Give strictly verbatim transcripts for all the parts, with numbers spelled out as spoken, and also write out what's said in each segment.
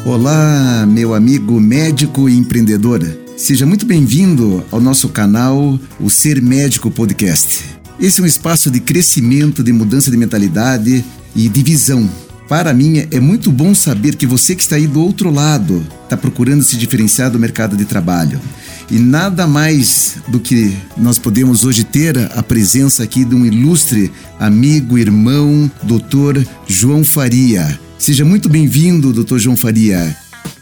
Olá, meu amigo médico e empreendedor. Seja muito bem-vindo ao nosso canal, o Ser Médico Podcast. Esse é um espaço de crescimento, de mudança de mentalidade e de visão. Para mim, é muito bom saber que você que está aí do outro lado está procurando se diferenciar do mercado de trabalho. E nada mais do que nós podemos hoje ter a presença aqui de um ilustre amigo, irmão, doutor João Faria. Seja muito bem-vindo, doutor João Faria.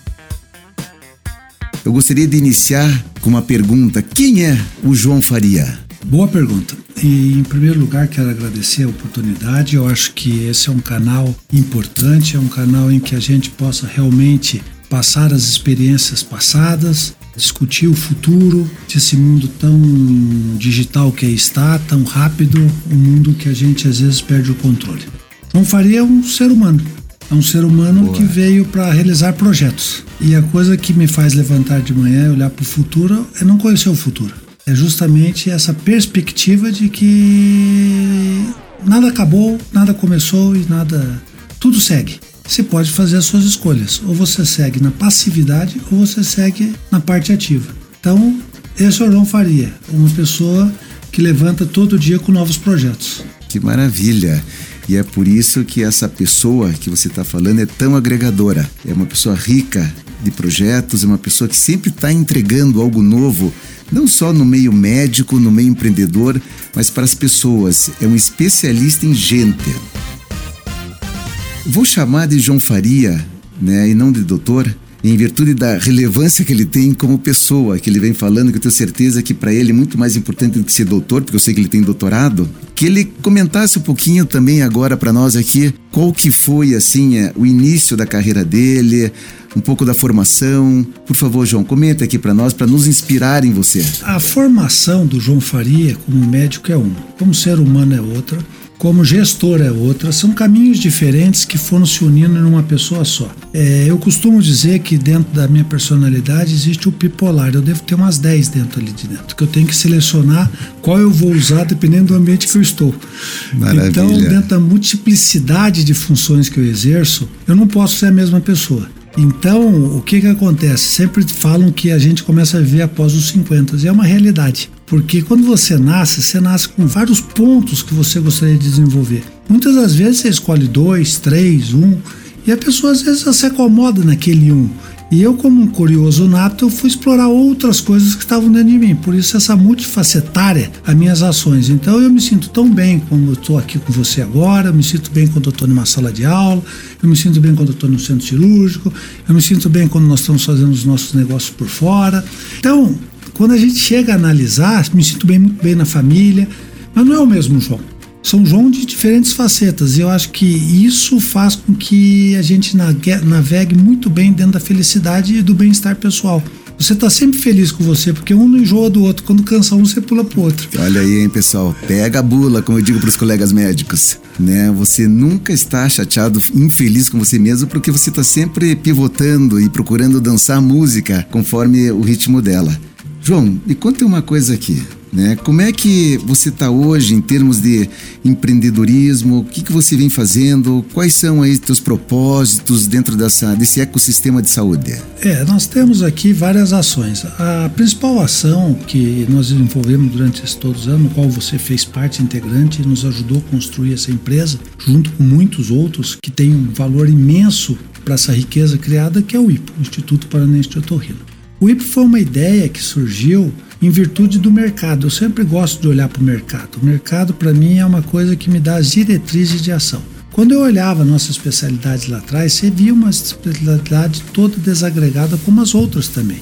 Eu gostaria de iniciar com uma pergunta. Quem é o João Faria? Boa pergunta. E, em primeiro lugar, quero agradecer a oportunidade. Eu acho que esse é um canal importante, é um canal em que a gente possa realmente passar as experiências passadas, discutir o futuro desse mundo tão digital que está, tão rápido, um mundo que a gente às vezes perde o controle. Então, Faria é um ser humano. É um ser humano Boa. que veio para realizar projetos. E a coisa que me faz levantar de manhã e olhar para o futuro é não conhecer o futuro. É justamente essa perspectiva de que nada acabou, nada começou e nada... Tudo segue. Você pode fazer as suas escolhas. Ou você segue na passividade ou você segue na parte ativa. Então, esse é o João Faria, uma pessoa que levanta todo dia com novos projetos. Que maravilha! E é por isso que essa pessoa que você está falando é tão agregadora. É uma pessoa rica de projetos, é uma pessoa que sempre está entregando algo novo, não só no meio médico, no meio empreendedor, mas para as pessoas. É um especialista em gente. Vou chamar de João Faria, né, e não de doutor, em virtude da relevância que ele tem como pessoa, que ele vem falando, que eu tenho certeza que para ele é muito mais importante do que ser doutor, porque eu sei que ele tem doutorado, que ele comentasse um pouquinho também agora para nós aqui, qual que foi, assim, o início da carreira dele, um pouco da formação. Por favor, João, comenta aqui para nós, para nos inspirar em você. A formação do João Faria como médico é uma, como ser humano é outra, como gestor é outra, são caminhos diferentes que foram se unindo numa pessoa só. É, eu costumo dizer que dentro da minha personalidade existe o bipolar, eu devo ter umas dez dentro ali de dentro, que eu tenho que selecionar qual eu vou usar dependendo do ambiente que eu estou. Maravilha. Então, dentro da multiplicidade de funções que eu exerço, eu não posso ser a mesma pessoa. Então, o que que acontece? Sempre falam que a gente começa a viver após os cinquenta, e é uma realidade. Porque quando você nasce, você nasce com vários pontos que você gostaria de desenvolver. Muitas das vezes você escolhe dois, três, um, e a pessoa às vezes se acomoda naquele um. E eu, como um curioso nato, eu fui explorar outras coisas que estavam dentro de mim. Por isso essa multifacetária, as minhas ações. Então eu me sinto tão bem quando eu estou aqui com você agora, eu me sinto bem quando eu estou numa sala de aula, eu me sinto bem quando eu estou no centro cirúrgico, eu me sinto bem quando nós estamos fazendo os nossos negócios por fora. Então, quando a gente chega a analisar, me sinto bem, muito bem na família, mas não é o mesmo João. São João de diferentes facetas, e eu acho que isso faz com que a gente navegue muito bem dentro da felicidade e do bem-estar pessoal. Você está sempre feliz com você, porque um não enjoa do outro. Quando cansa um, você pula pro outro. Olha aí, hein, pessoal. Pega a bula, como eu digo para os colegas médicos. Né? Você nunca está chateado, infeliz com você mesmo, porque você está sempre pivotando e procurando dançar a música conforme o ritmo dela. João, me conta uma coisa aqui. Né? Como é que você está hoje em termos de empreendedorismo? O que, que você vem fazendo? Quais são aí teus propósitos dentro dessa, desse ecossistema de saúde? É, nós temos aqui várias ações. A principal ação que nós desenvolvemos durante esses todos os anos, no qual você fez parte integrante e nos ajudou a construir essa empresa, junto com muitos outros que têm um valor imenso para essa riqueza criada, que é o I P, o Instituto Paranense de Otorrino. O I P foi uma ideia que surgiu em virtude do mercado. Eu sempre gosto de olhar para o mercado. O mercado, para mim, é uma coisa que me dá as diretrizes de ação. Quando eu olhava a nossa especialidade lá atrás, você via uma especialidade toda desagregada como as outras também.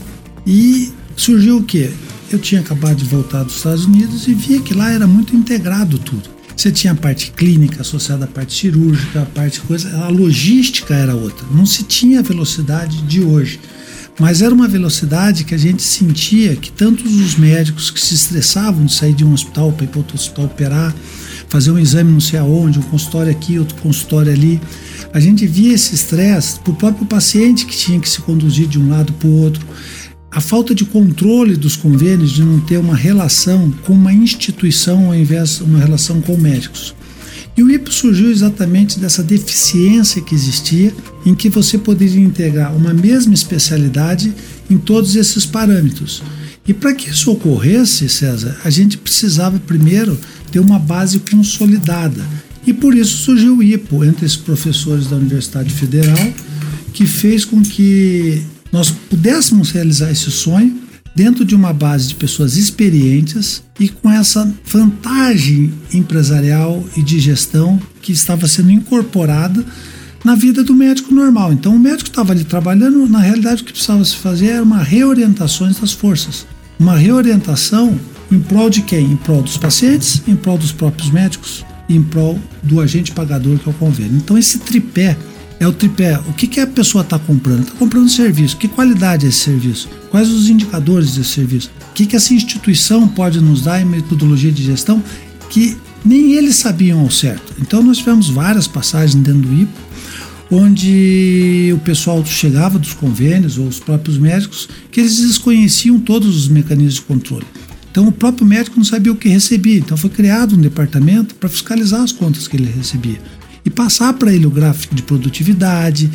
E surgiu o quê? Eu tinha acabado de voltar dos Estados Unidos e via que lá era muito integrado tudo. Você tinha a parte clínica associada à parte cirúrgica, a parte coisa, a logística era outra. Não se tinha a velocidade de hoje. Mas era uma velocidade que a gente sentia que tantos os médicos que se estressavam de sair de um hospital para ir para outro hospital operar, fazer um exame não sei aonde, um consultório aqui, outro consultório ali, a gente via esse estresse para o próprio paciente que tinha que se conduzir de um lado para o outro. A falta de controle dos convênios, de não ter uma relação com uma instituição ao invés de uma relação com médicos. E o I P O surgiu exatamente dessa deficiência que existia, em que você poderia integrar uma mesma especialidade em todos esses parâmetros. E para que isso ocorresse, César, a gente precisava primeiro ter uma base consolidada. E por isso surgiu o I P O entre os professores da Universidade Federal, que fez com que nós pudéssemos realizar esse sonho dentro de uma base de pessoas experientes e com essa vantagem empresarial e de gestão que estava sendo incorporada na vida do médico normal. Então o médico estava ali trabalhando, na realidade o que precisava se fazer era uma reorientação das forças. Uma reorientação em prol de quem? Em prol dos pacientes, em prol dos próprios médicos e em prol do agente pagador, que é o convênio. Então esse tripé é o tripé. O que, que a pessoa está comprando? Está comprando serviço. Que qualidade é esse serviço? Quais os indicadores desse serviço? O que, que essa instituição pode nos dar em metodologia de gestão que nem eles sabiam ao certo? Então nós tivemos várias passagens dentro do I P O, onde o pessoal chegava dos convênios ou os próprios médicos, que eles desconheciam todos os mecanismos de controle. Então o próprio médico não sabia o que recebia. Então foi criado um departamento para fiscalizar as contas que ele recebia e passar para ele o gráfico de produtividade,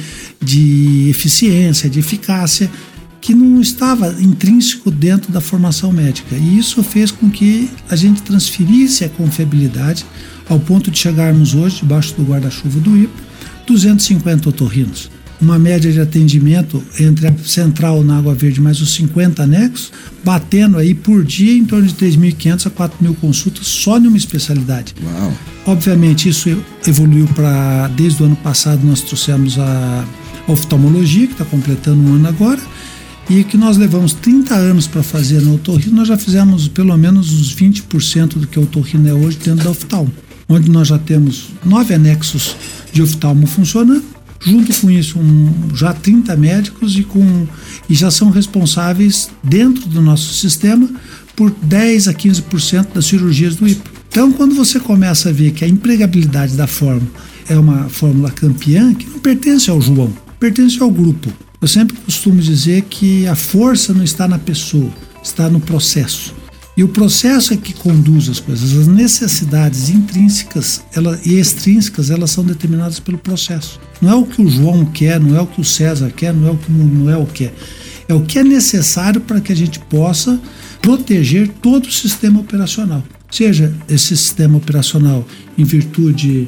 de eficiência, de eficácia, que não estava intrínseco dentro da formação médica. E isso fez com que a gente transferisse a confiabilidade ao ponto de chegarmos hoje, debaixo do guarda-chuva do I P O, duzentos e cinquenta otorrinos. Uma média de atendimento entre a central na Água Verde mais os cinquenta anexos, batendo aí por dia em torno de três mil e quinhentas a quatro mil consultas só numa especialidade. Uau. Obviamente isso evoluiu para, desde o ano passado nós trouxemos a oftalmologia, que está completando um ano agora, e que nós levamos trinta anos para fazer no otorrino, nós já fizemos pelo menos uns vinte por cento do que o otorrino é hoje dentro da oftalmo, onde nós já temos nove anexos de oftalmo funcionando, junto com isso um, já trinta médicos e, com, e já são responsáveis dentro do nosso sistema por dez a quinze por cento das cirurgias do I P O. Então quando você começa a ver que a empregabilidade da fórmula é uma fórmula campeã, que não pertence ao João, pertence ao grupo. Eu sempre costumo dizer que a força não está na pessoa, está no processo. E o processo é que conduz as coisas. As necessidades intrínsecas ela, e extrínsecas, elas são determinadas pelo processo. Não é o que o João quer, não é o que o César quer, não é o que o Manuel quer. É o que é necessário para que a gente possa proteger todo o sistema operacional. Seja esse sistema operacional em virtude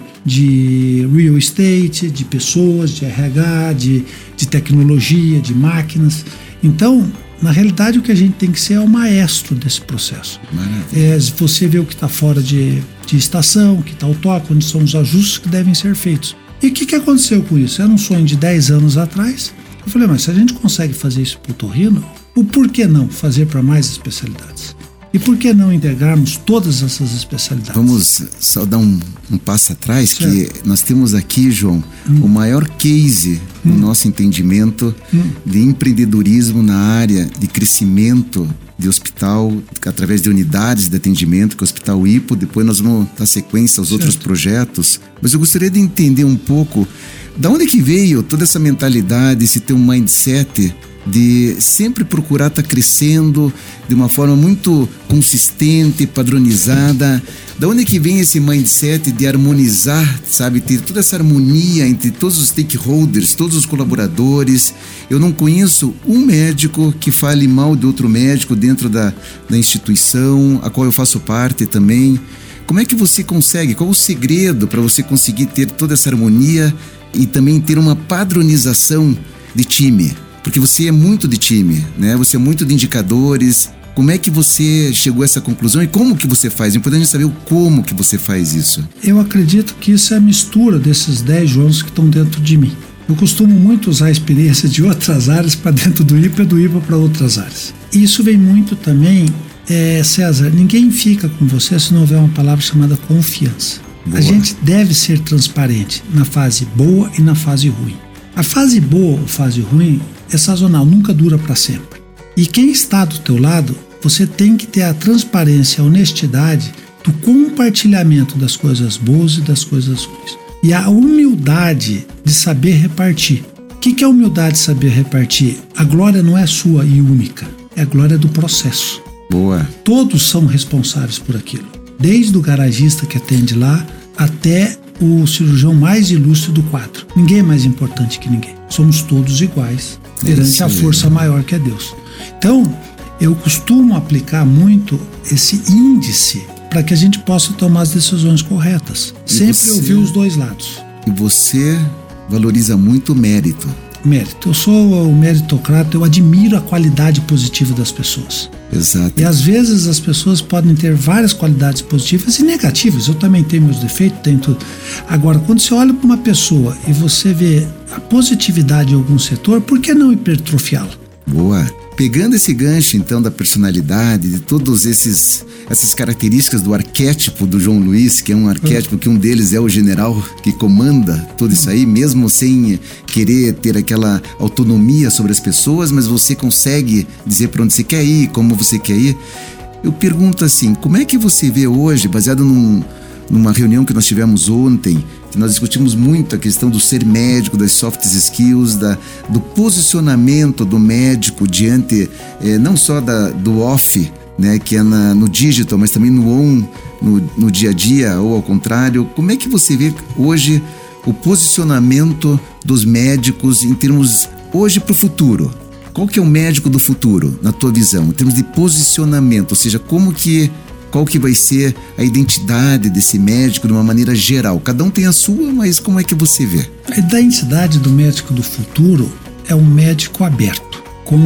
de real estate, de pessoas, de R H, de, de tecnologia, de máquinas. Então, na realidade, o que a gente tem que ser é o maestro desse processo. É, você vê o que está fora de, de estação, o que está ao toque, onde são os ajustes que devem ser feitos. E o que, que aconteceu com isso? Era um sonho de dez anos atrás. Eu falei, mas se a gente consegue fazer isso para o otorrino, o porquê não fazer para mais especialidades? E por que não integrarmos todas essas especialidades? Vamos só dar um, um passo atrás, certo. Que nós temos aqui, João, hum. o maior case, hum. no nosso entendimento, hum. de empreendedorismo na área de crescimento de hospital, através de unidades de atendimento, que é o Hospital I P O. Depois nós vamos dar sequência aos certo. Outros projetos. Mas eu gostaria de entender um pouco da onde que veio toda essa mentalidade, esse teu mindset de sempre procurar estar tá crescendo de uma forma muito consistente, padronizada. Da onde que vem esse mindset de harmonizar, sabe, ter toda essa harmonia entre todos os stakeholders, todos os colaboradores? Eu não conheço um médico que fale mal de outro médico dentro da, da instituição a qual eu faço parte também. Como é que você consegue? Qual o segredo para você conseguir ter toda essa harmonia e também ter uma padronização de time? Porque você é muito de time, né? Você é muito de indicadores. Como é que você chegou a essa conclusão e como que você faz? É importante saber o como que você faz isso. Eu acredito que isso é a mistura desses dez Joões que estão dentro de mim. Eu costumo muito usar a experiência de outras áreas para dentro do I P A e do I P A para outras áreas. E isso vem muito também, é, César, ninguém fica com você se não houver uma palavra chamada confiança. Boa. A gente deve ser transparente na fase boa e na fase ruim. A fase boa ou fase ruim é sazonal, nunca dura para sempre. E quem está do teu lado, você tem que ter a transparência, a honestidade do compartilhamento das coisas boas e das coisas ruins. E a humildade de saber repartir. O que é a humildade de saber repartir? A glória não é sua e única, é a glória do processo. Boa. Todos são responsáveis por aquilo. Desde o garagista que atende lá, até o cirurgião mais ilustre do quadro. Ninguém é mais importante que ninguém. Somos todos iguais perante a força maior que é Deus. Então, eu costumo aplicar muito esse índice para que a gente possa tomar as decisões corretas. E Sempre você... ouvir os dois lados. E você valoriza muito o mérito. Mérito. Eu sou o meritocrata, eu admiro a qualidade positiva das pessoas. Exato. E às vezes as pessoas podem ter várias qualidades positivas e negativas. Eu também tenho meus defeitos, tenho tudo. Agora, quando você olha para uma pessoa e você vê a positividade em algum setor, por que não hipertrofiá-la? Boa. Pegando esse gancho, então, da personalidade, de todos esses essas características do arquétipo do João Luiz, que é um arquétipo que um deles é o general que comanda tudo isso aí, mesmo sem querer ter aquela autonomia sobre as pessoas, mas você consegue dizer para onde você quer ir, como você quer ir. Eu pergunto assim, como é que você vê hoje, baseado num, numa reunião que nós tivemos ontem, que nós discutimos muito a questão do ser médico, das soft skills, da, do posicionamento do médico diante, eh, não só da, do off, né, que é na, no digital, mas também no on, no, no dia a dia, ou ao contrário. Como é que você vê hoje o posicionamento dos médicos em termos, hoje para o futuro? Qual que é o médico do futuro, na tua visão, em termos de posicionamento? Ou seja, como que, qual que vai ser a identidade desse médico de uma maneira geral? Cada um tem a sua, mas como é que você vê? A identidade do médico do futuro é um médico aberto, com,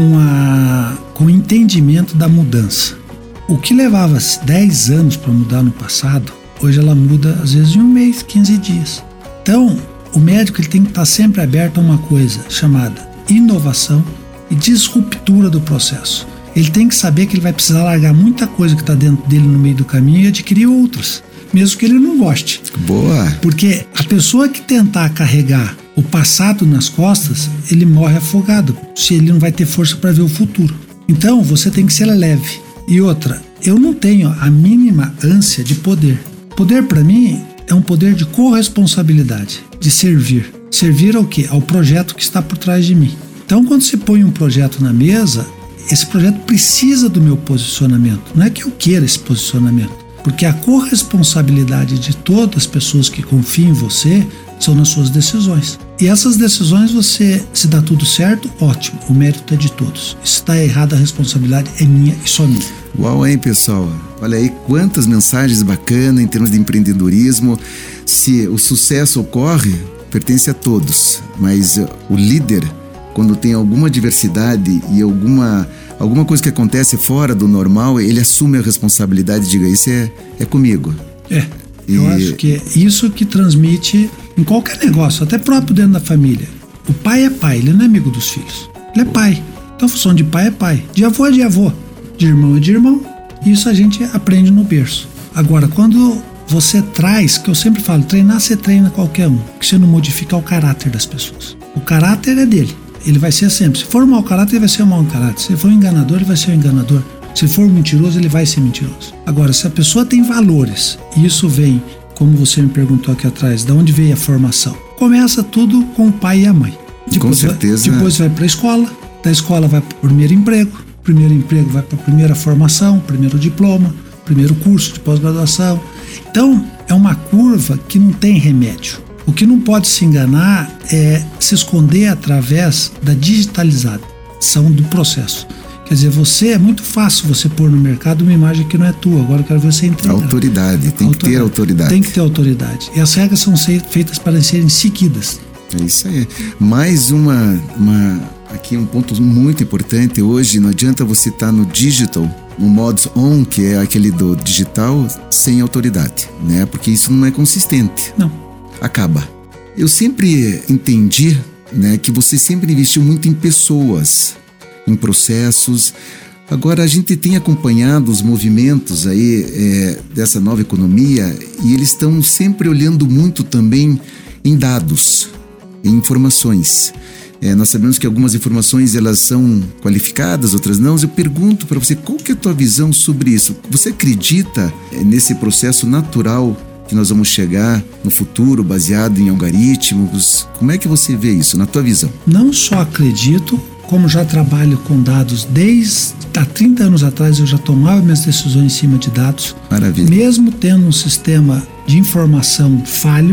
a, com o entendimento da mudança. O que levava dez anos para mudar no passado, hoje ela muda às vezes em um mês, quinze dias. Então, o médico ele tem que estar sempre aberto a uma coisa chamada inovação e disruptura do processo. Ele tem que saber que ele vai precisar largar muita coisa que está dentro dele no meio do caminho e adquirir outras, mesmo que ele não goste. Boa! Porque a pessoa que tentar carregar o passado nas costas, ele morre afogado, se ele não vai ter força para ver o futuro. Então, você tem que ser leve. E outra, eu não tenho a mínima ânsia de poder. Poder para mim é um poder de corresponsabilidade, de servir. Servir ao quê? Ao projeto que está por trás de mim. Então, quando você põe um projeto na mesa, esse projeto precisa do meu posicionamento. Não é que eu queira esse posicionamento, porque a corresponsabilidade de todas as pessoas que confiam em você são nas suas decisões. E essas decisões, você, se dá tudo certo, ótimo, o mérito é de todos. Se está errado, a responsabilidade é minha e só minha. Uau, hein, pessoal? Olha aí quantas mensagens bacanas em termos de empreendedorismo. Se o sucesso ocorre, pertence a todos, mas o líder, quando tem alguma diversidade e alguma, alguma coisa que acontece fora do normal, ele assume a responsabilidade e diga, isso é, é comigo. É, e... eu acho que é isso que transmite em qualquer negócio, até próprio dentro da família. O pai é pai, ele não é amigo dos filhos. Ele é pai. Então a função de pai é pai, de avô é de avô, de irmão é de irmão. Isso a gente aprende no berço. Agora, quando você traz, que eu sempre falo, treinar você treina qualquer um, que você não modifica o caráter das pessoas. O caráter é dele. Ele vai ser sempre. Se for um mau caráter, ele vai ser um mau caráter. Se for um enganador, ele vai ser um enganador. Se for mentiroso, ele vai ser mentiroso. Agora, se a pessoa tem valores, e isso vem, como você me perguntou aqui atrás, de onde veio a formação? Começa tudo com o pai e a mãe. Depois, com certeza. Vai, depois vai para a escola, da escola vai para o primeiro emprego, primeiro emprego vai para a primeira formação, primeiro diploma, primeiro curso de pós-graduação. Então, é uma curva que não tem remédio. O que não pode se enganar é se esconder através da digitalização do processo. Quer dizer, você é muito fácil você pôr no mercado uma imagem que não é tua. Agora eu quero ver você entregar. Autoridade, tem autoridade. que ter autoridade. Tem que ter autoridade. E as regras são feitas para serem seguidas. É isso aí. Mais uma, uma aqui um ponto muito importante hoje. Não adianta você estar no digital, no modus on, que é aquele do digital, sem autoridade, né? Porque isso não é consistente. Não. Acaba. Eu sempre entendi, né, que você sempre investiu muito em pessoas, em processos. Agora a gente tem acompanhado os movimentos aí é, dessa nova economia e eles estão sempre olhando muito também em dados, em informações. É, nós sabemos que algumas informações elas são qualificadas, outras não. Eu pergunto para você, qual que é a tua visão sobre isso? Você acredita nesse processo natural que nós vamos chegar no futuro baseado em algoritmos? Como é que você vê isso, na tua visão? Não só acredito, como já trabalho com dados desde há trinta anos atrás, eu já tomava minhas decisões em cima de dados. Maravilha. Mesmo tendo um sistema de informação falho,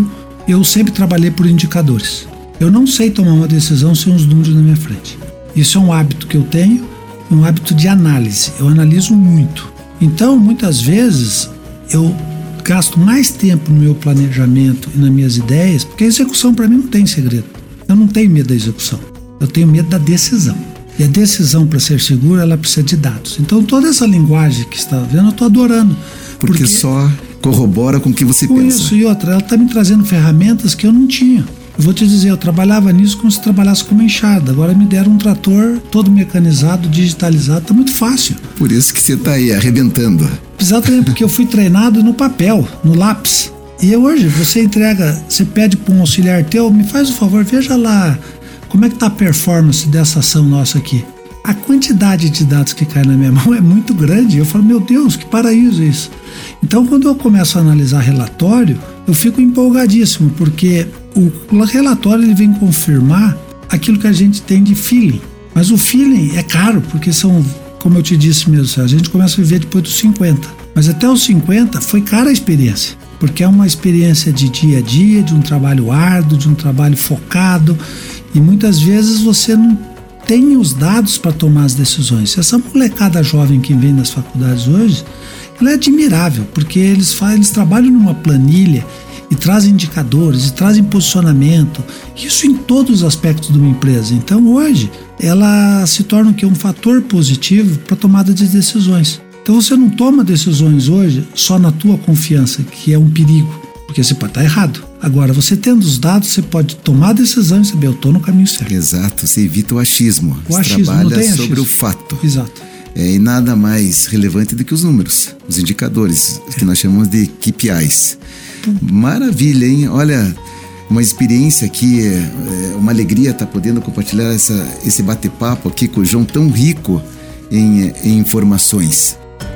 eu sempre trabalhei por indicadores. Eu não sei tomar uma decisão sem os números na minha frente. Isso é um hábito que eu tenho, um hábito de análise. Eu analiso muito. Então, muitas vezes, eu gasto mais tempo no meu planejamento e nas minhas ideias, porque a execução para mim não tem segredo. Eu não tenho medo da execução, eu tenho medo da decisão. E a decisão, para ser segura, ela precisa de dados. Então, toda essa linguagem que você está vendo, eu estou adorando. Porque, porque só corrobora com o que você com pensa. Isso, e outra, ela está me trazendo ferramentas que eu não tinha. Eu vou te dizer, eu trabalhava nisso como se trabalhasse com uma enxada. Agora me deram um trator todo mecanizado, digitalizado, tá muito fácil. Por isso que você tá aí, arrebentando. Exatamente, porque eu fui treinado no papel, no lápis. E hoje você entrega, você pede para um auxiliar teu, me faz o favor, veja lá como é que tá a performance dessa ação nossa aqui. A quantidade de dados que cai na minha mão é muito grande. Eu falo, meu Deus, que paraíso isso. Então, quando eu começo a analisar relatório, eu fico empolgadíssimo, porque o relatório ele vem confirmar aquilo que a gente tem de feeling. Mas o feeling é caro, porque são, como eu te disse mesmo, a gente começa a viver depois dos cinquenta. Mas até os cinquenta foi cara a experiência, porque é uma experiência de dia a dia, de um trabalho árduo, de um trabalho focado, e muitas vezes você não tem os dados para tomar as decisões. Essa molecada jovem que vem das faculdades hoje, ela é admirável, porque eles, fazem, eles trabalham numa planilha e trazem indicadores, e trazem posicionamento, isso em todos os aspectos de uma empresa. Então hoje ela se torna o quê? Um fator positivo para a tomada de decisões. Então você não toma decisões hoje só na tua confiança, que é um perigo, porque você pode estar errado. Agora, você tendo os dados, você pode tomar a decisão e saber, eu estou no caminho certo. Exato, você evita o achismo. O você achismo, trabalha não tem sobre achismo. o fato. Exato. É, e nada mais relevante do que os números, os indicadores, é. que nós chamamos de K P Is. Pum. Maravilha, hein? Olha, uma experiência aqui, é uma alegria estar podendo compartilhar essa, esse bate-papo aqui com o João, tão rico em, em informações.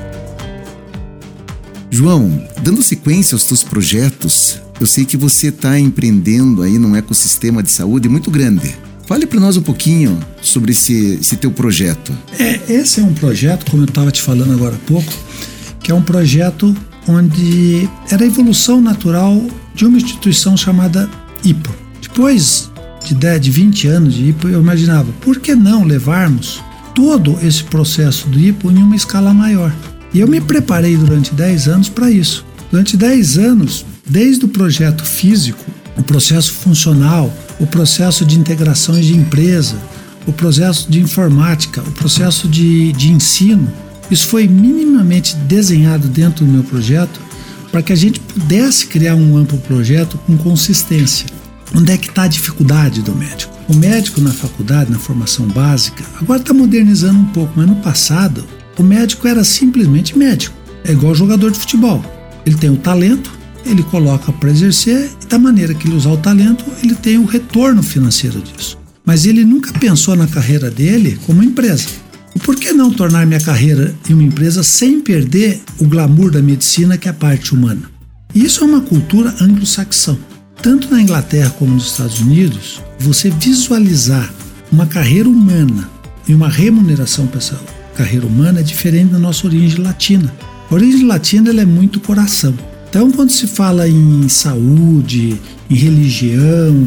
João, dando sequência aos teus projetos, eu sei que você está empreendendo aí num ecossistema de saúde muito grande. Fale para nós um pouquinho sobre esse, esse teu projeto. É, esse é um projeto, como eu estava te falando agora há pouco, que é um projeto onde era a evolução natural de uma instituição chamada I P O. Depois de dez, de vinte anos de I P O, eu imaginava, por que não levarmos todo esse processo do I P O em uma escala maior? E eu me preparei durante dez anos para isso. Durante dez anos, desde o projeto físico, o processo funcional, o processo de integrações de empresa, o processo de informática, o processo de, de ensino, isso foi minimamente desenhado dentro do meu projeto para que a gente pudesse criar um amplo projeto com consistência. Onde é que está a dificuldade do médico? O médico na faculdade, na formação básica, agora está modernizando um pouco, mas no passado, o médico era simplesmente médico. É igual jogador de futebol. Ele tem o talento, ele coloca para exercer e da maneira que ele usar o talento, ele tem o retorno financeiro disso. Mas ele nunca pensou na carreira dele como empresa. E por que não tornar minha carreira em uma empresa sem perder o glamour da medicina, que é a parte humana? E isso é uma cultura anglo-saxã. Tanto na Inglaterra como nos Estados Unidos, você visualizar uma carreira humana e uma remuneração para essa carreira humana é diferente da nossa origem latina. A origem latina ela é muito coração. Então, quando se fala em saúde, em religião,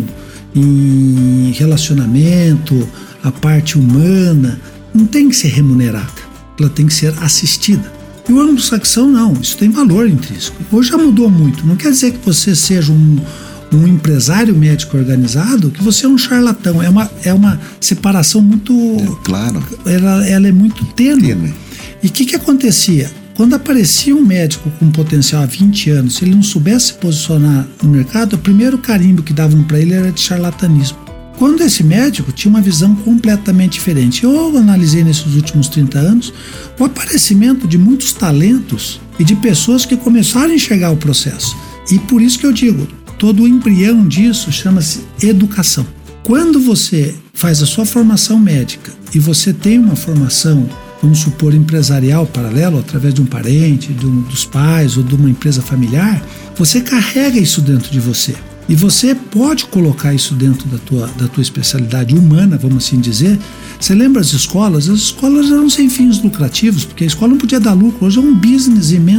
em relacionamento, a parte humana, não tem que ser remunerada, ela tem que ser assistida. E o anglo-saxão não, isso tem valor intrínseco. Hoje já mudou muito, não quer dizer que você seja um, um empresário médico organizado, que você é um charlatão, é uma, é uma separação muito... É, claro. Ela, ela é muito tênue. tênue. E o que, que acontecia? Quando aparecia um médico com potencial há vinte anos, se ele não soubesse se posicionar no mercado, o primeiro carimbo que davam para ele era de charlatanismo. Quando esse médico tinha uma visão completamente diferente. Eu analisei nesses últimos trinta anos o aparecimento de muitos talentos e de pessoas que começaram a enxergar o processo. E por isso que eu digo, todo o embrião disso chama-se educação. Quando você faz a sua formação médica e você tem uma formação, vamos supor, empresarial paralelo, através de um parente, de um, dos pais ou de uma empresa familiar, você carrega isso dentro de você. E você pode colocar isso dentro da tua, da tua especialidade humana, vamos assim dizer. Você lembra as escolas? As escolas eram sem fins lucrativos, porque a escola não podia dar lucro. Hoje é um business imenso.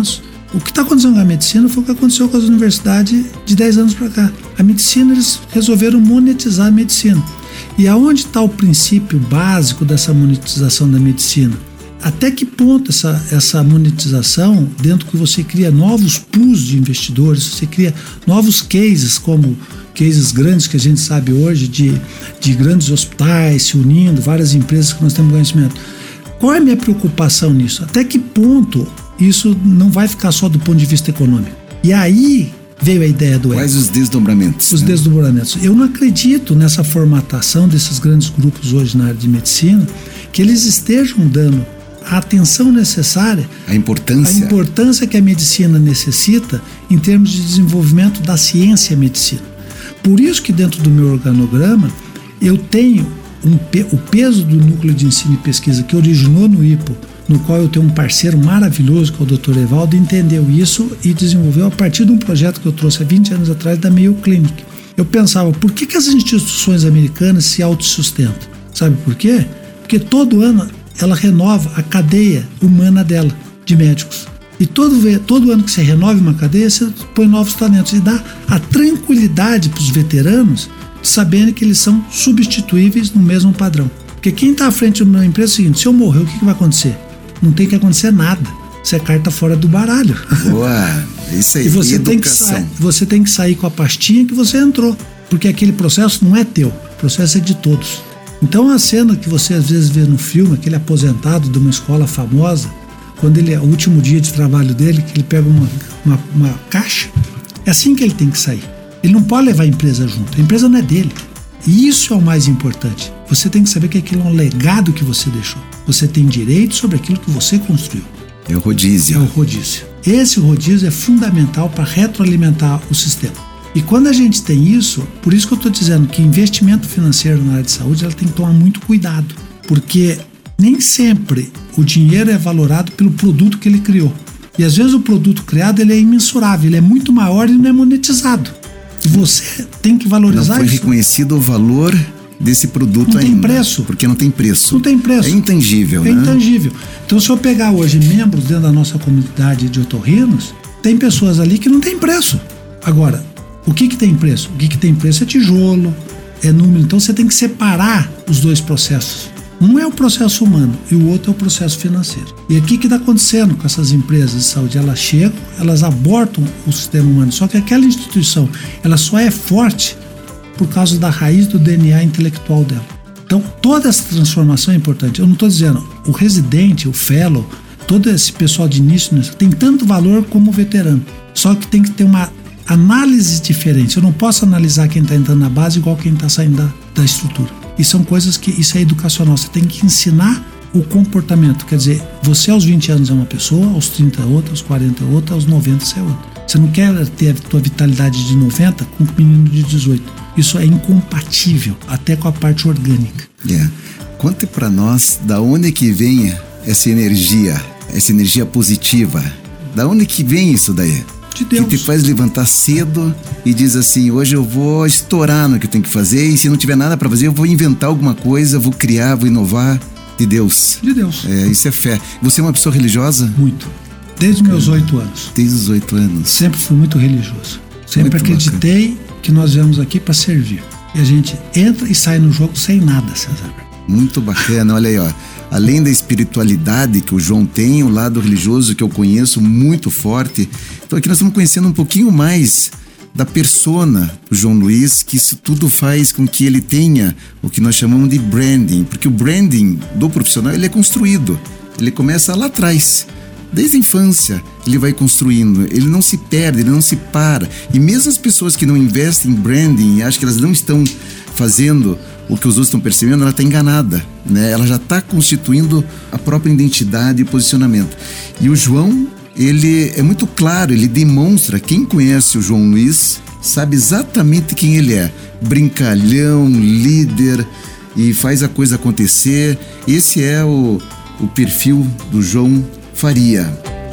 O que está acontecendo com a medicina foi o que aconteceu com as universidades de dez anos para cá. A medicina, eles resolveram monetizar a medicina. E aonde está o princípio básico dessa monetização da medicina? Até que ponto essa, essa monetização, dentro que você cria novos pools de investidores, você cria novos cases, como cases grandes que a gente sabe hoje, de, de grandes hospitais se unindo, várias empresas que nós temos conhecimento. Qual é a minha preocupação nisso? Até que ponto isso não vai ficar só do ponto de vista econômico? E aí veio a ideia do Quais os desdobramentos? Os né? desdobramentos. Eu não acredito nessa formatação desses grandes grupos hoje na área de medicina, que eles estejam dando a atenção necessária, a importância. a importância que a medicina necessita em termos de desenvolvimento da ciência e medicina. Por isso que dentro do meu organograma eu tenho um, o peso do núcleo de ensino e pesquisa que originou no I P O, no qual eu tenho um parceiro maravilhoso, que é o doutor Evaldo, entendeu isso e desenvolveu a partir de um projeto que eu trouxe há vinte anos atrás da Mayo Clinic. Eu pensava, por que, que as instituições americanas se autossustentam? Sabe por quê? Porque todo ano ela renova a cadeia humana dela, de médicos. E todo, todo ano que você renova uma cadeia, você põe novos talentos e dá a tranquilidade para os veteranos, sabendo que eles são substituíveis no mesmo padrão. Porque quem está à frente de uma empresa é o seguinte: se eu morrer, o que, que vai acontecer? Não tem que acontecer nada. Você é carta fora do baralho. Boa, isso aí, e você educação. Tem que sair, você tem que sair com a pastinha que você entrou, porque aquele processo não é teu, o processo é de todos. Então a cena que você às vezes vê no filme, aquele aposentado de uma escola famosa, quando ele é o último dia de trabalho dele, que ele pega uma, uma, uma caixa, é assim que ele tem que sair. Ele não pode levar a empresa junto, a empresa não é dele. E isso é o mais importante. Você tem que saber que aquilo é um legado que você deixou. Você tem direito sobre aquilo que você construiu. É o rodízio. É o rodízio. Esse rodízio é fundamental para retroalimentar o sistema. E quando a gente tem isso, por isso que eu estou dizendo que investimento financeiro na área de saúde, ela tem que tomar muito cuidado. Porque nem sempre o dinheiro é valorado pelo produto que ele criou. E às vezes o produto criado ele é imensurável, ele é muito maior e não é monetizado. E você tem que valorizar isso. Não foi reconhecido o valor desse produto ainda. Não tem preço. Porque não tem preço. Não tem preço. É intangível, é né? É intangível. Então, se eu pegar hoje membros dentro da nossa comunidade de otorrinos, tem pessoas ali que não tem preço. Agora, o que que tem preço? O que que tem preço é tijolo, é número. Então, você tem que separar os dois processos. Um é o processo humano e o outro é o processo financeiro. E aqui o que está acontecendo com essas empresas de saúde? Elas chegam, elas abortam o sistema humano. Só que aquela instituição, ela só é forte por causa da raiz do D N A intelectual dela. Então, toda essa transformação é importante. Eu não estou dizendo, o residente, o fellow, todo esse pessoal de início tem tanto valor como o veterano. Só que tem que ter uma análise diferente. Eu não posso analisar quem está entrando na base igual quem está saindo da, da estrutura. E são coisas que, isso é educacional. Você tem que ensinar o comportamento. Quer dizer, você aos vinte anos é uma pessoa, aos trinta é outra, aos quarenta é outra, aos noventa você é outra. Você não quer ter a tua vitalidade de noventa com um menino de dezoito. Isso é incompatível, até com a parte orgânica. Yeah. Conte para nós da onde que vem essa energia, essa energia positiva. Da onde que vem isso daí? De Deus. Que te faz levantar cedo e diz assim, hoje eu vou estourar no que eu tenho que fazer e se não tiver nada para fazer eu vou inventar alguma coisa, vou criar, vou inovar. De Deus. De Deus. É, isso é fé. Você é uma pessoa religiosa? Muito. Desde os meus oito anos. Desde os oito anos. Sempre fui muito religioso. Sempre Muito acreditei bacana. Que nós viemos aqui para servir. E a gente entra e sai no jogo sem nada, César. Muito bacana, olha aí, ó. Além da espiritualidade que o João tem, o lado religioso que eu conheço muito forte. Então aqui nós estamos conhecendo um pouquinho mais da persona do João Luiz, que isso tudo faz com que ele tenha o que nós chamamos de branding, porque o branding do profissional ele é construído, ele começa lá atrás. Desde a infância ele vai construindo, ele não se perde, ele não se para. E mesmo as pessoas que não investem em branding, acham que elas não estão fazendo o que os outros estão percebendo, ela está enganada, né? Ela já está constituindo a própria identidade e posicionamento. E o João, ele é muito claro, ele demonstra, quem conhece o João Luiz sabe exatamente quem ele é. Brincalhão, líder e faz a coisa acontecer. Esse é o, o perfil do João Faria.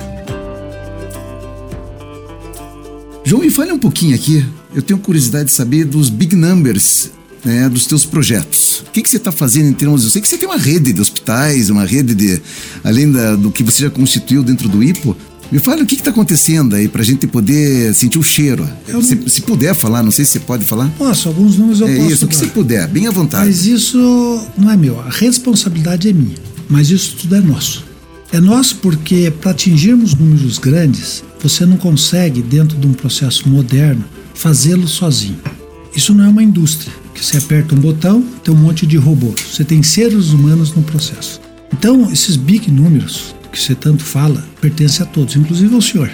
João, me fale um pouquinho aqui. Eu tenho curiosidade de saber dos big numbers, né, dos teus projetos. O que, que você está fazendo em termos... Eu sei que você tem uma rede de hospitais, uma rede de... Além da, do que você já constituiu dentro do I P O, Me fala o que está acontecendo aí, para a gente poder sentir o cheiro. Não... Se, se puder falar, não sei se você pode falar. Posso, alguns números eu é posso isso, o que você puder, bem à vontade. Mas isso não é meu, a responsabilidade é minha, mas isso tudo é nosso. É nosso porque para atingirmos números grandes, você não consegue, dentro de um processo moderno, fazê-lo sozinho. Isso não é uma indústria, que você aperta um botão, tem um monte de robô. Você tem seres humanos no processo. Então, esses big números que você tanto fala, pertencem a todos, inclusive ao senhor.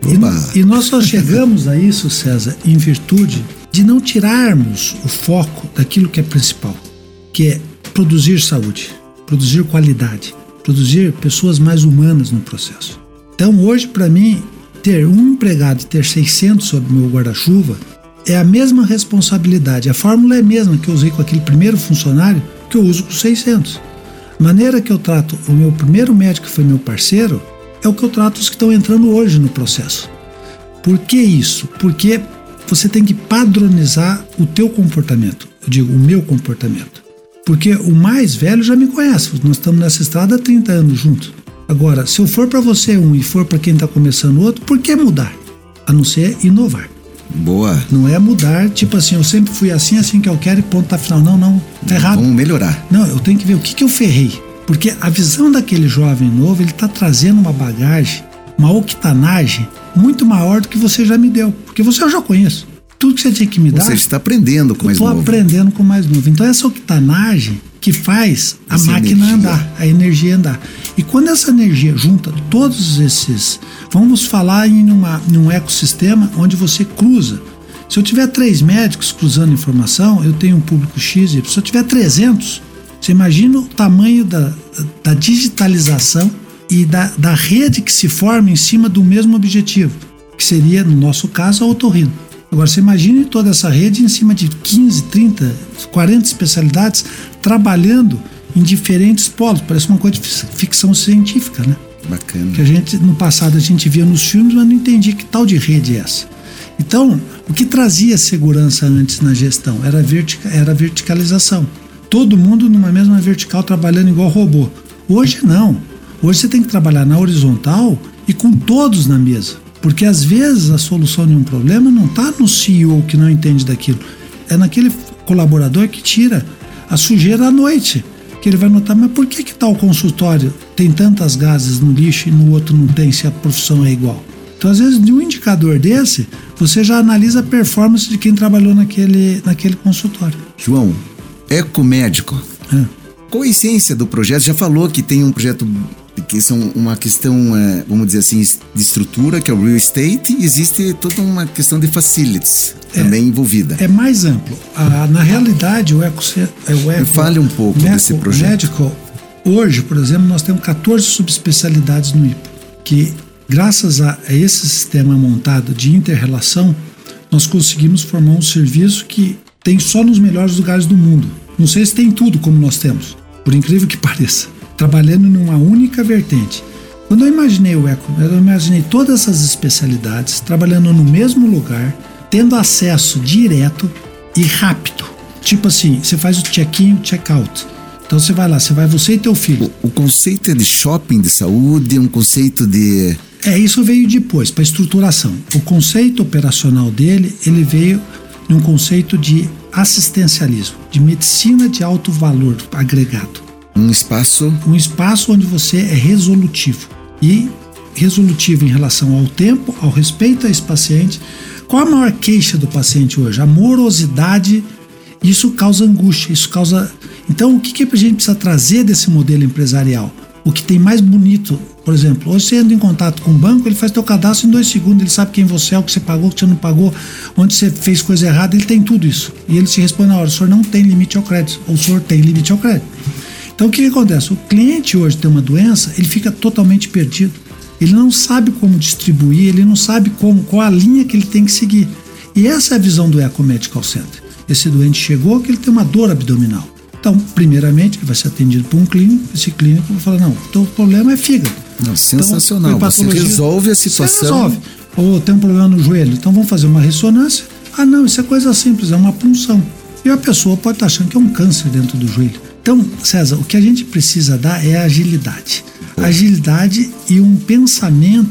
E, e nós só chegamos a isso, César, em virtude de não tirarmos o foco daquilo que é principal, que é produzir saúde, produzir qualidade, produzir pessoas mais humanas no processo. Então, hoje, para mim, ter um empregado e ter seiscentos sob meu guarda-chuva é a mesma responsabilidade. A fórmula é a mesma que eu usei com aquele primeiro funcionário que eu uso com seiscentos. A maneira que eu trato o meu primeiro médico, que foi meu parceiro, é o que eu trato os que estão entrando hoje no processo. Por que isso? Porque você tem que padronizar o teu comportamento. Eu digo, o meu comportamento. Porque o mais velho já me conhece. Nós estamos nessa estrada há trinta anos juntos. Agora, se eu for para você um e for para quem está começando outro, por que mudar? A não ser inovar. Boa. Não é mudar, tipo assim, eu sempre fui assim, assim que eu quero e ponto, tá final. Não, não, tá errado. Vamos melhorar. Não, eu tenho que ver o que, que eu ferrei. Porque a visão daquele jovem novo, ele tá trazendo uma bagagem, uma octanagem muito maior do que você já me deu. Porque você eu já conheço. Tudo que você tinha que me dar... Você está aprendendo com mais novo. Eu estou aprendendo com mais novo. Então essa octanagem que faz a essa máquina energia. andar, a energia andar. E quando essa energia junta todos esses... Vamos falar em, uma, em um ecossistema onde você cruza. Se eu tiver três médicos cruzando informação, eu tenho um público X, Y. Se eu tiver trezentos, você imagina o tamanho da, da digitalização e da, da rede que se forma em cima do mesmo objetivo, que seria, no nosso caso, a otorrino. Agora, você imagine toda essa rede em cima de quinze, trinta, quarenta especialidades trabalhando em diferentes polos. Parece uma coisa de ficção científica, né? Bacana. Que a gente, no passado, a gente via nos filmes, mas não entendia que tal de rede é essa. Então, o que trazia segurança antes na gestão era, vertica, era a verticalização. Todo mundo numa mesma vertical trabalhando igual robô. Hoje não. Hoje você tem que trabalhar na horizontal e com todos na mesa. Porque às vezes a solução de um problema não está no C E O que não entende daquilo. É naquele colaborador que tira a sujeira à noite. Que ele vai notar, mas por que que tal consultório tem tantas gases no lixo e no outro não tem, se a profissão é igual? Então, às vezes, de um indicador desse, você já analisa a performance de quem trabalhou naquele, naquele consultório. João, ecomédico. É. Qual a essência do projeto? Já falou que tem um projeto que são uma questão, é, vamos dizer assim, de estrutura, que é o real estate, e existe toda uma questão de facilities é, também envolvida. É mais amplo. Ah, na realidade, o eco... É o eco fale um pouco desse projeto. Medical, hoje, por exemplo, nós temos catorze subespecialidades no I P O, que graças a esse sistema montado de inter-relação, nós conseguimos formar um serviço que tem só nos melhores lugares do mundo. Não sei se tem tudo como nós temos, por incrível que pareça, trabalhando numa única vertente. Quando eu imaginei o Eco, eu imaginei todas essas especialidades trabalhando no mesmo lugar, tendo acesso direto e rápido. Tipo assim, você faz o check-in e o check-out. Então você vai lá, você vai você e teu filho. O, o conceito é de shopping de saúde, um conceito de... É, isso veio depois, para estruturação. O conceito operacional dele, ele veio num conceito de assistencialismo, de medicina de alto valor agregado. Um espaço... Um espaço onde você é resolutivo. E resolutivo em relação ao tempo, ao respeito a esse paciente. Qual a maior queixa do paciente hoje? A morosidade. Isso causa angústia, isso causa... Então, o que, que a gente precisa trazer desse modelo empresarial? O que tem mais bonito, por exemplo, hoje você entra em contato com o banco, ele faz teu cadastro em dois segundos, ele sabe quem você é, o que você pagou, o que você não pagou, onde você fez coisa errada, ele tem tudo isso. E ele se responde na hora, o senhor não tem limite ao crédito, ou o senhor tem limite ao crédito. Então, o que, que acontece? O cliente hoje tem uma doença, ele fica totalmente perdido. Ele não sabe como distribuir, ele não sabe como, qual a linha que ele tem que seguir. E essa é a visão do Eco Medical Center. Esse doente chegou que ele tem uma dor abdominal. Então, primeiramente, ele vai ser atendido por um clínico. Esse clínico vai falar, não, o teu problema é fígado. Não, sensacional, então, você resolve a situação. Você resolve. Ou tem um problema no joelho, então vamos fazer uma ressonância. Ah, não, isso é coisa simples, é uma punção. E a pessoa pode estar achando que é um câncer dentro do joelho. Então, César, o que a gente precisa dar é agilidade. Pô. Agilidade e um pensamento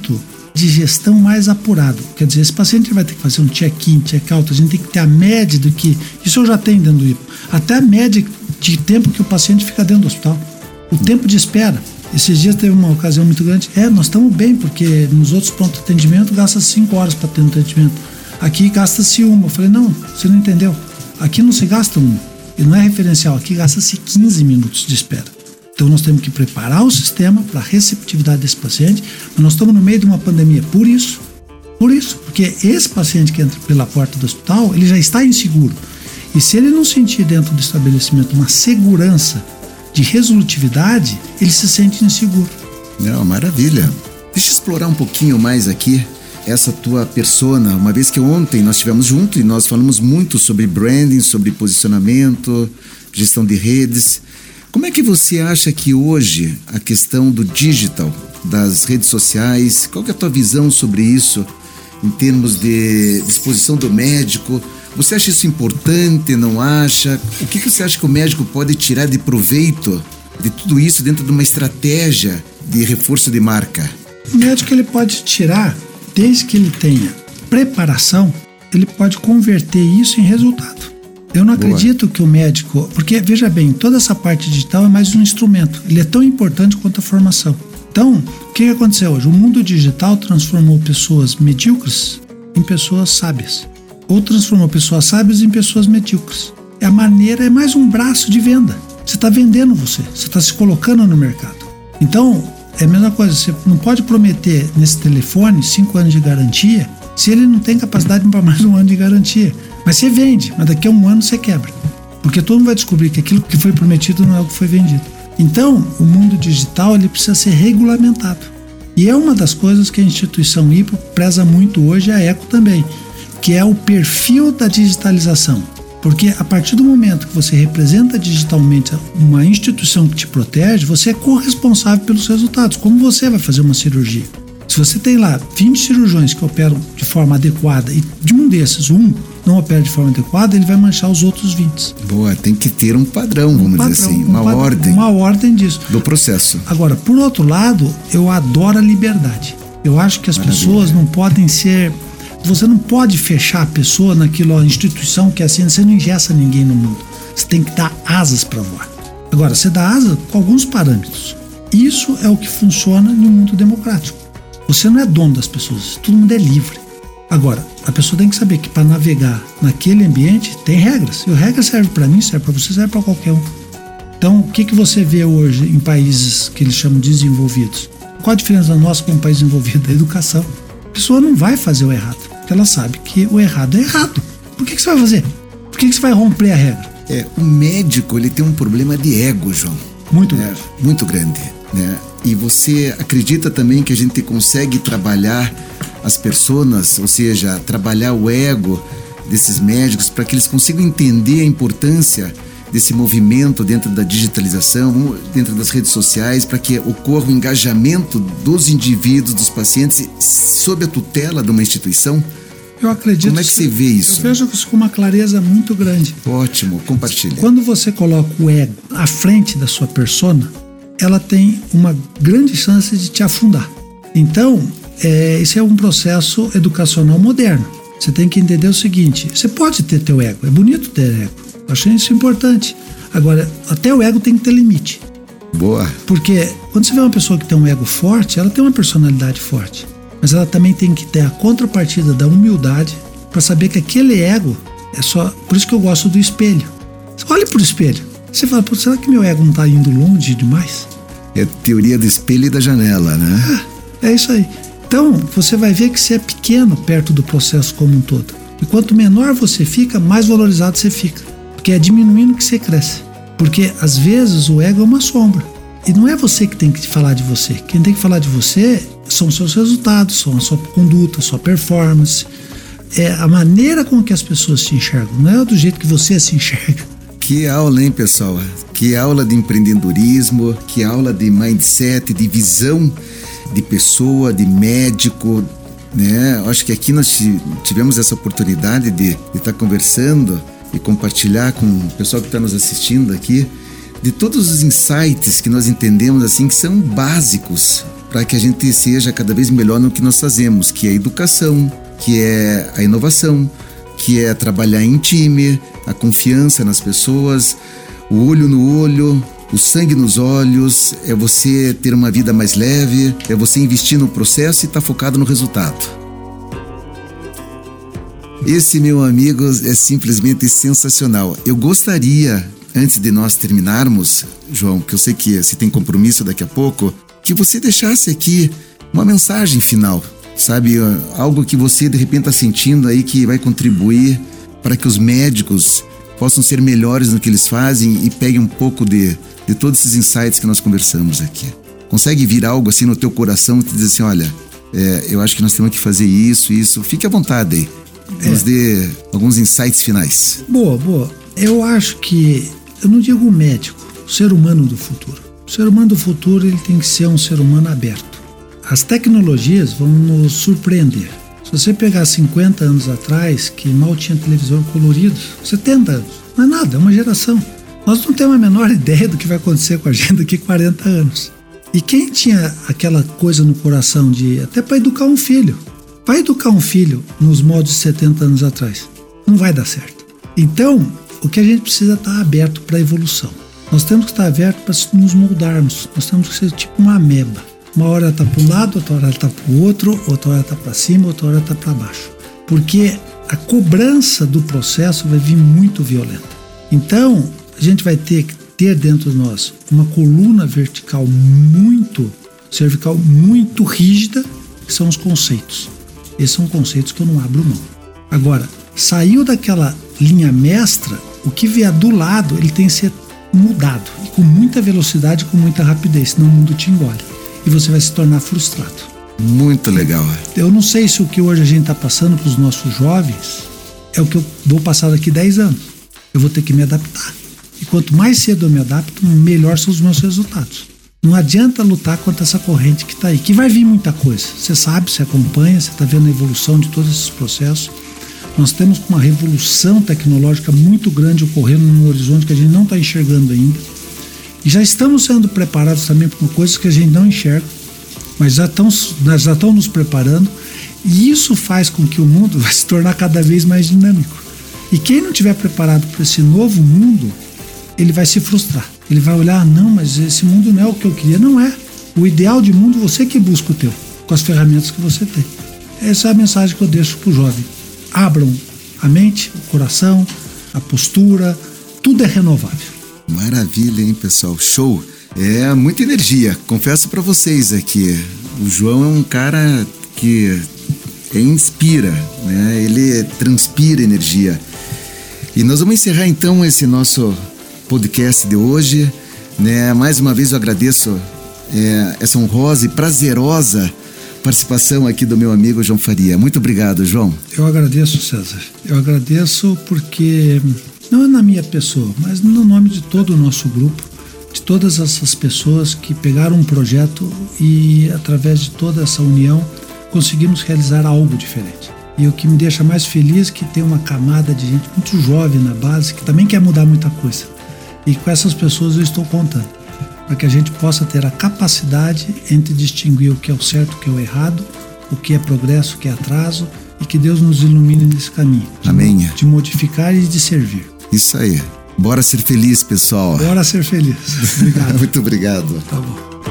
de gestão mais apurado. Quer dizer, esse paciente vai ter que fazer um check-in, check-out, a gente tem que ter a média do que... Isso eu já tenho dentro do I P A. Até a média de tempo que o paciente fica dentro do hospital. O tempo de espera. Esses dias teve uma ocasião muito grande. É, nós estamos bem, porque nos outros pronto atendimento gasta cinco horas para ter um atendimento. Aqui gasta-se uma. Eu falei, não, você não entendeu. Aqui não se gasta uma. E não é referencial. Aqui gasta-se quinze minutos de espera. Então nós temos que preparar o sistema para a receptividade desse paciente, mas nós estamos no meio de uma pandemia. Por isso, por isso, porque esse paciente que entra pela porta do hospital, ele já está inseguro. E se ele não sentir dentro do estabelecimento uma segurança de resolutividade, ele se sente inseguro. Não, maravilha. Deixa eu explorar um pouquinho mais aqui essa tua persona, uma vez que ontem nós estivemos juntos e nós falamos muito sobre branding, sobre posicionamento, gestão de redes. Como é que você acha que hoje a questão do digital, das redes sociais, qual que é a tua visão sobre isso em termos de disposição do médico? Você acha isso importante, não acha? O que, que você acha que o médico pode tirar de proveito de tudo isso dentro de uma estratégia de reforço de marca? O médico ele pode tirar, desde que ele tenha preparação, ele pode converter isso em resultado. Eu não Boa. acredito que o médico... Porque, veja bem, toda essa parte digital é mais um instrumento. Ele é tão importante quanto a formação. Então, o que, que aconteceu hoje? O mundo digital transformou pessoas medíocres em pessoas sábias. Ou transformou pessoas sábias em pessoas medíocres. É a maneira, é mais um braço de venda. Você está vendendo você. Você está se colocando no mercado. Então, é a mesma coisa. Você não pode prometer nesse telefone cinco anos de garantia se ele não tem capacidade para mais um ano de garantia. Mas você vende, mas daqui a um ano você quebra. Porque todo mundo vai descobrir que aquilo que foi prometido não é o que foi vendido. Então, o mundo digital ele precisa ser regulamentado. E é uma das coisas que a instituição I P A preza muito hoje, a ECO também, que é o perfil da digitalização. Porque a partir do momento que você representa digitalmente uma instituição que te protege, você é corresponsável pelos resultados, como você vai fazer uma cirurgia. Se você tem lá vinte cirurgiões que operam de forma adequada e de um desses, um não opera de forma adequada, ele vai manchar os outros vinte. Boa, tem que ter um padrão, vamos um padrão, dizer assim, um uma padrão, ordem. Uma ordem disso. Do processo. Agora, por outro lado, eu adoro a liberdade. Eu acho que as Maravilha. pessoas não podem ser... Você não pode fechar a pessoa naquilo, a instituição que é assim, você não engessa ninguém no mundo. Você tem que dar asas para voar. Agora, você dá asa com alguns parâmetros. Isso é o que funciona no mundo democrático. Você não é dono das pessoas, todo mundo é livre. Agora, a pessoa tem que saber que para navegar naquele ambiente tem regras. E a regra serve para mim, serve para você, serve para qualquer um. Então, o que, que você vê hoje em países que eles chamam de desenvolvidos? Qual a diferença nossa com um país desenvolvido? A educação. A pessoa não vai fazer o errado, porque ela sabe que o errado é errado. Por que, que você vai fazer? Por que, que você vai romper a regra? É, o médico ele tem um problema de ego, João. Muito grande. É, muito grande, né? E você acredita também que a gente consegue trabalhar as pessoas, ou seja, trabalhar o ego desses médicos para que eles consigam entender a importância desse movimento dentro da digitalização, dentro das redes sociais, para que ocorra o engajamento dos indivíduos, dos pacientes, sob a tutela de uma instituição? Eu acredito. Como é que você vê isso? Eu vejo isso com uma clareza muito grande. Ótimo, compartilha. Quando você coloca o ego à frente da sua persona, ela tem uma grande chance de te afundar. Então, é, esse é um processo educacional moderno. Você tem que entender o seguinte, você pode ter teu ego, é bonito ter ego, eu achei isso importante. Agora, até o ego tem que ter limite. Boa. Porque quando você vê uma pessoa que tem um ego forte, ela tem uma personalidade forte, mas ela também tem que ter a contrapartida da humildade para saber que aquele ego é só... Por isso que eu gosto do espelho. Olhe pro espelho. Você fala, pô, será que meu ego não está indo longe demais? É a teoria do espelho e da janela, né? É, é isso aí. Então, você vai ver que você é pequeno perto do processo como um todo. E quanto menor você fica, mais valorizado você fica. Porque é diminuindo que você cresce. Porque, às vezes, o ego é uma sombra. E não é você que tem que falar de você. Quem tem que falar de você são os seus resultados, são a sua conduta, a sua performance. É a maneira com que as pessoas te enxergam. Não é do jeito que você se enxerga. Que aula, hein, pessoal? Que aula de empreendedorismo, que aula de mindset, de visão de pessoa, de médico, né? Acho que aqui nós tivemos essa oportunidade de estar conversando e compartilhar com o pessoal que está nos assistindo aqui de todos os insights que nós entendemos assim que são básicos para que a gente seja cada vez melhor no que nós fazemos, que é a educação, que é a inovação, que é trabalhar em time, a confiança nas pessoas, o olho no olho, o sangue nos olhos, é você ter uma vida mais leve, é você investir no processo e estar focado no resultado. Esse, meu amigo, é simplesmente sensacional. Eu gostaria, antes de nós terminarmos, João, que eu sei que você tem compromisso daqui a pouco, que você deixasse aqui uma mensagem final, sabe? Algo que você de repente está sentindo aí que vai contribuir para que os médicos possam ser melhores no que eles fazem e peguem um pouco de, de todos esses insights que nós conversamos aqui. Consegue vir algo assim no teu coração e te dizer assim, olha, é, eu acho que nós temos que fazer isso, isso. Fique à vontade aí. Nos é. dê alguns insights finais. Boa, boa. Eu acho que, eu não digo o médico, o ser humano do futuro. O ser humano do futuro, ele tem que ser um ser humano aberto. As tecnologias vão nos surpreender. Se você pegar cinquenta anos atrás, que mal tinha televisor colorido, setenta anos, não é nada, é uma geração. Nós não temos a menor ideia do que vai acontecer com a gente daqui a quarenta anos. E quem tinha aquela coisa no coração de, até para educar um filho, vai educar um filho nos modos de setenta anos atrás, não vai dar certo. Então, o que a gente precisa é estar aberto para a evolução. Nós temos que estar aberto para nos moldarmos. Nós temos que ser tipo uma ameba. Uma hora ela está para um lado, outra hora ela está para o outro, outra hora está para cima, outra hora está para baixo. Porque a cobrança do processo vai vir muito violenta. Então, a gente vai ter que ter dentro de nós uma coluna vertical muito, cervical muito rígida, que são os conceitos. Esses são conceitos que eu não abro mão. Agora, saiu daquela linha mestra, o que vier do lado, ele tem que ser mudado. E com muita velocidade, com muita rapidez, senão o mundo te engole. E você vai se tornar frustrado. Muito legal. Eu não sei se o que hoje a gente está passando para os nossos jovens é o que eu vou passar daqui dez anos. Eu vou ter que me adaptar. E quanto mais cedo eu me adapto, melhor são os meus resultados. Não adianta lutar contra essa corrente que está aí, que vai vir muita coisa. Você sabe, você acompanha, você está vendo a evolução de todos esses processos. Nós temos uma revolução tecnológica muito grande ocorrendo no horizonte que a gente não está enxergando ainda. E já estamos sendo preparados também para coisas que a gente não enxerga, mas já estão, já estão nos preparando. E isso faz com que o mundo vai se tornar cada vez mais dinâmico. E quem não estiver preparado para esse novo mundo, ele vai se frustrar. Ele vai olhar, não, mas esse mundo não é o que eu queria. Não é. O ideal de mundo você que busca o teu, com as ferramentas que você tem. Essa é a mensagem que eu deixo para o jovem. Abram a mente, o coração, a postura, tudo é renovável. Maravilha, hein, pessoal? Show! É muita energia. Confesso para vocês aqui, o João é um cara que inspira, né? Ele transpira energia. E nós vamos encerrar então esse nosso podcast de hoje, né? Mais uma vez eu agradeço é, essa honrosa e prazerosa participação aqui do meu amigo João Faria. Muito obrigado, João. Eu agradeço, César. Eu agradeço porque, não é na minha pessoa, mas no nome de todo o nosso grupo, de todas essas pessoas que pegaram um projeto e, através de toda essa união, conseguimos realizar algo diferente. E o que me deixa mais feliz é que tem uma camada de gente muito jovem na base que também quer mudar muita coisa. E com essas pessoas eu estou contando, para que a gente possa ter a capacidade entre distinguir o que é o certo, o que é o errado, o que é progresso, o que é atraso, e que Deus nos ilumine nesse caminho. De, Amém. De modificar e de servir. Isso aí. Bora ser feliz, pessoal. Bora ser feliz. Obrigado. Muito obrigado. Tá bom.